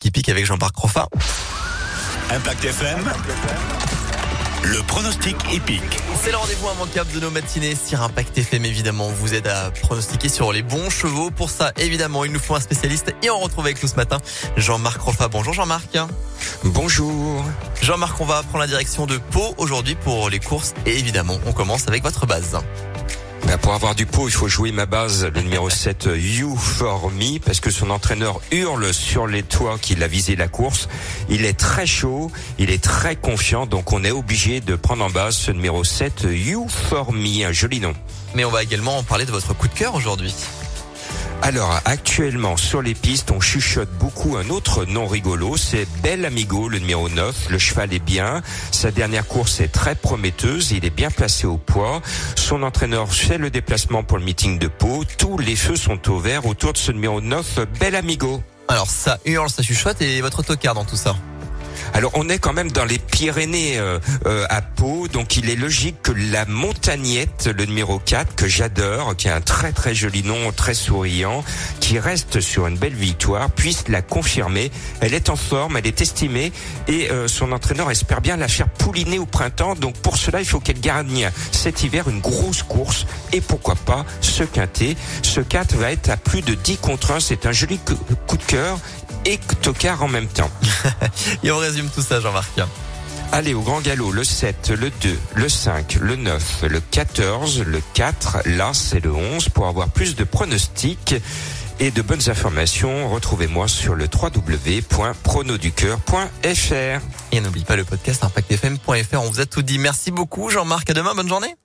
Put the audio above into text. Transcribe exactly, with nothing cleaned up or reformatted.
hippique avec Jean-Marc Roffa. Impact F M, le pronostic hippique. C'est le rendez-vous immanquable de nos matinées sur Impact F M. Évidemment, on vous aide à pronostiquer sur les bons chevaux. Pour ça, évidemment, il nous faut un spécialiste et on retrouve avec nous ce matin Jean-Marc Roffa. Bonjour Jean-Marc. Bonjour. Jean-Marc, on va prendre la direction de Pau aujourd'hui pour les courses et évidemment, on commence avec votre base. Ben pour avoir du pot, il faut jouer ma base, le numéro sept, You For Me, parce que son entraîneur hurle sur les toits qu'il a visé la course. Il est très chaud, il est très confiant, donc on est obligé de prendre en base ce numéro sept, You For Me, un joli nom. Mais on va également en parler de votre coup de cœur aujourd'hui. Alors, actuellement, sur les pistes, on chuchote beaucoup un autre nom rigolo, c'est Bel Amigo, le numéro neuf. Le cheval est bien, sa dernière course est très prometteuse, il est bien placé au poids. Son entraîneur fait le déplacement pour le meeting de Pau. Tous les feux sont au vert autour de ce numéro neuf, Bel Amigo. Alors, ça hurle, ça chuchote et votre autocar dans tout ça? Alors on est quand même dans les Pyrénées euh, euh, à Pau, donc il est logique que la Montagnette, le numéro quatre, que j'adore, qui a un très très joli nom, très souriant, qui reste sur une belle victoire, puisse la confirmer. Elle est en forme, elle est estimée et euh, son entraîneur espère bien la faire pouliner au printemps. Donc pour cela, il faut qu'elle gagne cet hiver une grosse course et pourquoi pas ce quintet. Ce quatre va être à plus de dix contre un, c'est un joli coup de cœur et tocard en même temps. Et on résume tout ça, Jean-Marc. Allez, au grand galop, le sept, le deux, le cinq, le neuf, le quatorze, le quatre, l'As et le onze. Pour avoir plus de pronostics et de bonnes informations, retrouvez-moi sur le w w w point pronoducœur point f r. Et n'oublie pas le podcast impact f m point f r. On vous a tout dit. Merci beaucoup, Jean-Marc. À demain. Bonne journée.